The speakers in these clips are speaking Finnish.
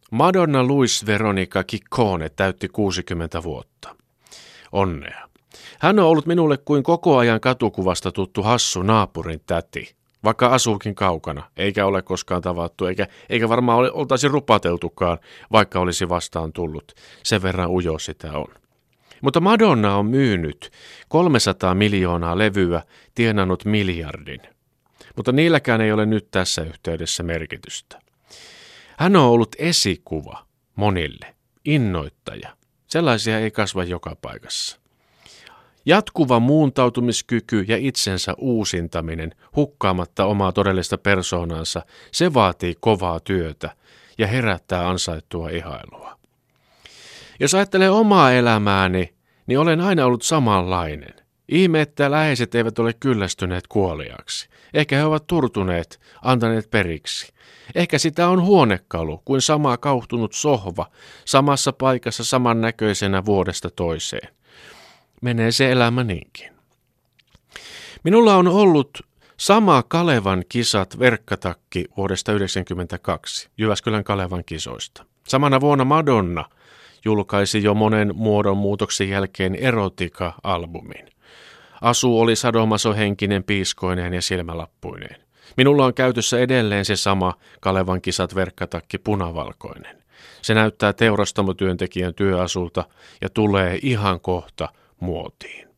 Madonna Louise Veronica Ciccone täytti 60 vuotta. Onnea. Hän on ollut minulle kuin koko ajan katukuvasta tuttu hassu naapurin täti, vaikka asuukin kaukana, eikä ole koskaan tavattu, eikä varmaan oltaisi rupateltukaan, vaikka olisi vastaan tullut. Sen verran ujo sitä on. Mutta Madonna on myynyt 300 miljoonaa levyä, tienannut miljardin. Mutta niilläkään ei ole nyt tässä yhteydessä merkitystä. Hän on ollut esikuva monille, innoittaja. Sellaisia ei kasva joka paikassa. Jatkuva muuntautumiskyky ja itsensä uusintaminen, hukkaamatta omaa todellista persoonansa, se vaatii kovaa työtä ja herättää ansaittua ihailua. Jos ajattelee omaa elämääni, niin olen aina ollut samanlainen. Ihme, että läheiset eivät ole kyllästyneet kuoliaaksi. Ehkä he ovat turtuneet, antaneet periksi. Ehkä sitä on huonekalu kuin sama kauhtunut sohva, samassa paikassa samannäköisenä vuodesta toiseen. Menee se elämä niinkin. Minulla on ollut sama Kalevan kisat verkkatakki vuodesta 1992, Jyväskylän Kalevan kisoista. Samana vuonna Madonna julkaisi jo monen muodonmuutoksen jälkeen erotika-albumin. Asu oli sadomasohenkinen piiskoineen ja silmälappuineen. Minulla on käytössä edelleen se sama Kalevan kisat verkkatakki punavalkoinen. Se näyttää teurastamotyöntekijän työasulta ja tulee ihan kohta muotiin.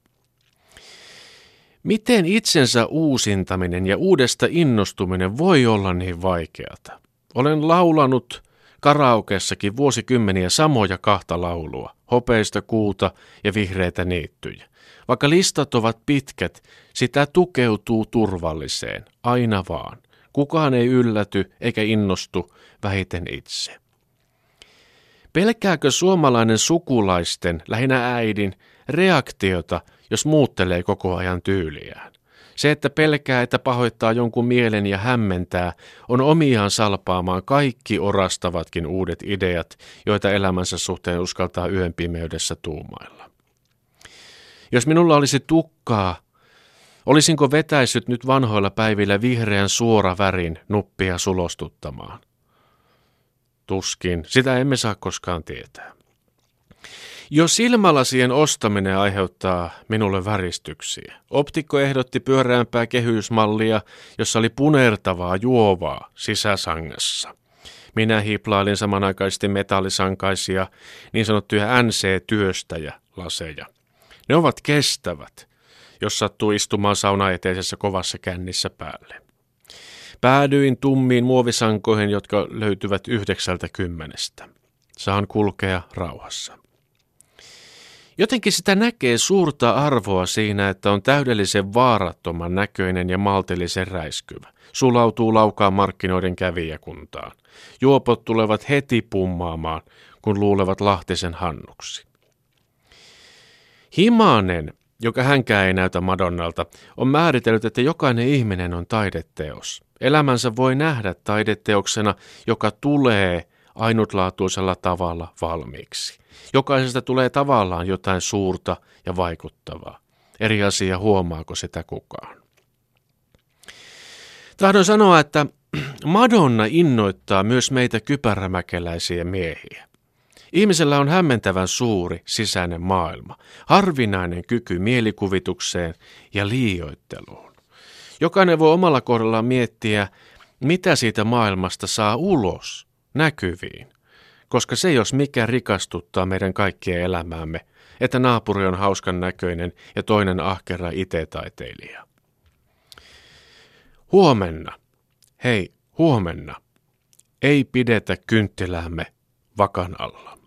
Miten itsensä uusintaminen ja uudesta innostuminen voi olla niin vaikeata? Olen laulanut karaokeessakin vuosikymmeniä samoja kahta laulua, hopeista kuuta ja vihreitä niittyjä. Vaikka listat ovat pitkät, sitä tukeutuu turvalliseen, aina vaan. Kukaan ei ylläty eikä innostu, vähiten itse. Pelkääkö suomalainen sukulaisten, lähinnä äidin, reaktiota, jos muuttelee koko ajan tyyliään? Se, että pelkää, että pahoittaa jonkun mielen ja hämmentää, on omiaan salpaamaan kaikki orastavatkin uudet ideat, joita elämänsä suhteen uskaltaa yön pimeydessä tuumailla. Jos minulla olisi tukkaa, olisinko vetäissyt nyt vanhoilla päivillä vihreän suoravärin nuppia sulostuttamaan? Tuskin, sitä emme saa koskaan tietää. Jo silmälasien ostaminen aiheuttaa minulle väristyksiä. Optikko ehdotti pyöreämpää kehysmallia, jossa oli punertavaa juovaa sisäsangassa. Minä hiplailin samanaikaisesti metallisankaisia, niin sanottuja NC-työstäjälaseja. Ne ovat kestävät, jos sattuu istumaan saunaeteisessä kovassa kännissä päälle. Päädyin tummiin muovisankoihin, jotka löytyvät 90. Saan kulkea rauhassa. Jotenkin sitä näkee suurta arvoa siinä, että on täydellisen vaarattoman näköinen ja maltillisen räiskyvä. Sulautuu laukaan markkinoiden kävijäkuntaan. Juopot tulevat heti pummaamaan, kun luulevat Lahtisen Hannuksi. Himanen, joka hänkään ei näytä Madonnalta, on määritellyt, että jokainen ihminen on taideteos. Elämänsä voi nähdä taideteoksena, joka tulee ainutlaatuisella tavalla valmiiksi. Jokaisesta tulee tavallaan jotain suurta ja vaikuttavaa. Eri asia, huomaako sitä kukaan. Tahdon sanoa, että Madonna innoittaa myös meitä kypärämäkeläisiä miehiä. Ihmisellä on hämmentävän suuri sisäinen maailma, harvinainen kyky mielikuvitukseen ja liioitteluun. Jokainen voi omalla kohdallaan miettiä, mitä siitä maailmasta saa ulos, näkyviin, koska se jos mikä rikastuttaa meidän kaikkien elämäämme, että naapuri on hauskan näköinen ja toinen ahkera itetaiteilija. Huomenna, hei huomenna, ei pidetä kynttiläämme vakan alla.